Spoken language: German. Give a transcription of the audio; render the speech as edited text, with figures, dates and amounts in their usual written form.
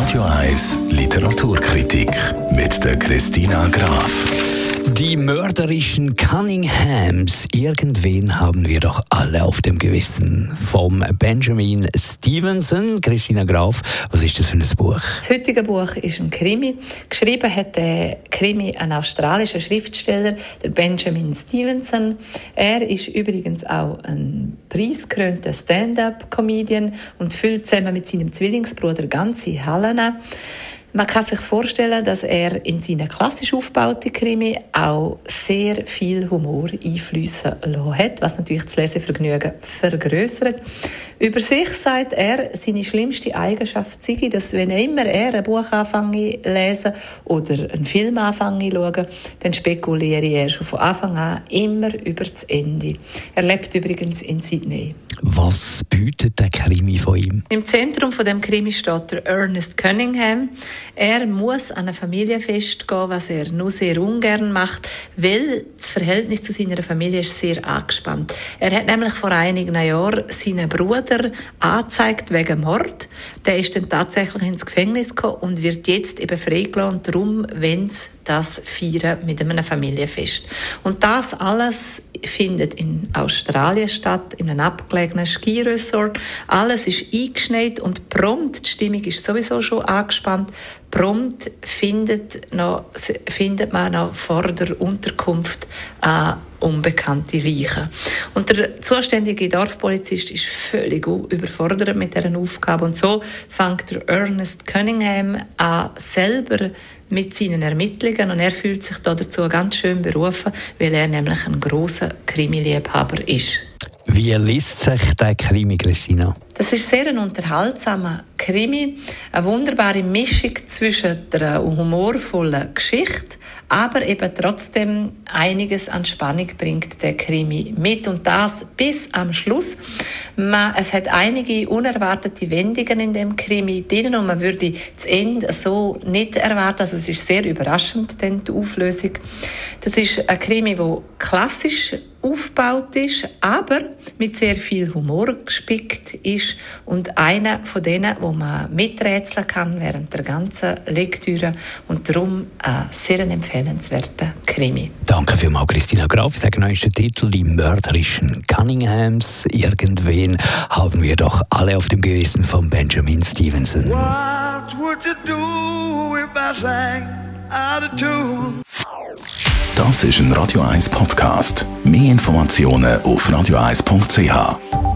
Radio 1 Literaturkritik mit der Christina Graf. Die mörderischen Cunninghams, irgendwen haben wir doch alle auf dem Gewissen. Vom Benjamin Stevenson. Christina Graf, was ist das für ein Buch? Das heutige Buch ist ein Krimi. Geschrieben hat der Krimi ein australischer Schriftsteller, der Benjamin Stevenson. Er ist übrigens auch ein preisgekrönter Stand-up-Comedian und füllt zusammen mit seinem Zwillingsbruder ganze Hallen. Man kann sich vorstellen, dass er in seinen klassisch aufgebauten Krimi auch sehr viel Humor einfließen lassen hat, was natürlich das Lesevergnügen vergrößert. Über sich sagt er, seine schlimmste Eigenschaft sei, dass wenn immer er ein Buch anfange zu lesen oder einen Film anfange zu schauen, dann spekuliere er schon von Anfang an immer über das Ende. Er lebt übrigens in Sydney. Was bietet der Krimi von ihm? Im Zentrum von dem Krimi steht der Ernest Cunningham. Er muss an ein Familienfest gehen, was er nur sehr ungern macht, weil das Verhältnis zu seiner Familie ist sehr angespannt. Er hat nämlich vor einigen Jahren seinen Bruder angezeigt wegen Mord. Der ist dann tatsächlich ins Gefängnis gekommen und wird jetzt eben freigelassen. Darum wollen sie das feiern mit einem Familienfest. Und das alles findet in Australien statt, in einem abgelegenen Skiresort. Alles ist eingeschneit und prompt, die Stimmung ist sowieso schon angespannt, prompt findet man noch vor der Unterkunft unbekannte Leichen. Und der zuständige Dorfpolizist ist völlig überfordert mit dieser Aufgabe. Und so fängt der Ernest Cunningham an, selber mit seinen Ermittlungen, und er fühlt sich dazu ganz schön berufen, weil er nämlich ein grosser Krimi-Liebhaber ist. Wie liest sich der Krimi, Christina? Das ist sehr ein unterhaltsamer Krimi, eine wunderbare Mischung zwischen der humorvollen Geschichte, aber eben trotzdem einiges an Spannung bringt der Krimi mit, und das bis am Schluss. Es hat einige unerwartete Wendungen in dem Krimi drin und man würde das Ende so nicht erwarten. Also es ist sehr überraschend, denn die Auflösung. Das ist ein Krimi, der klassisch aufgebaut ist, aber mit sehr viel Humor gespickt ist und einer von denen, wo man miträtseln kann während der ganzen Lektüre, und darum ein sehr empfehlenswerter Krimi. Danke vielmals, Christina Graf. Ich sage noch den Titel: Die mörderischen Cunninghams. Irgendwen haben wir doch alle auf dem Gewissen von Benjamin Stevenson. What would you do if I sang out of tune? Das ist ein Radio 1 Podcast. Mehr Informationen auf radio1.ch.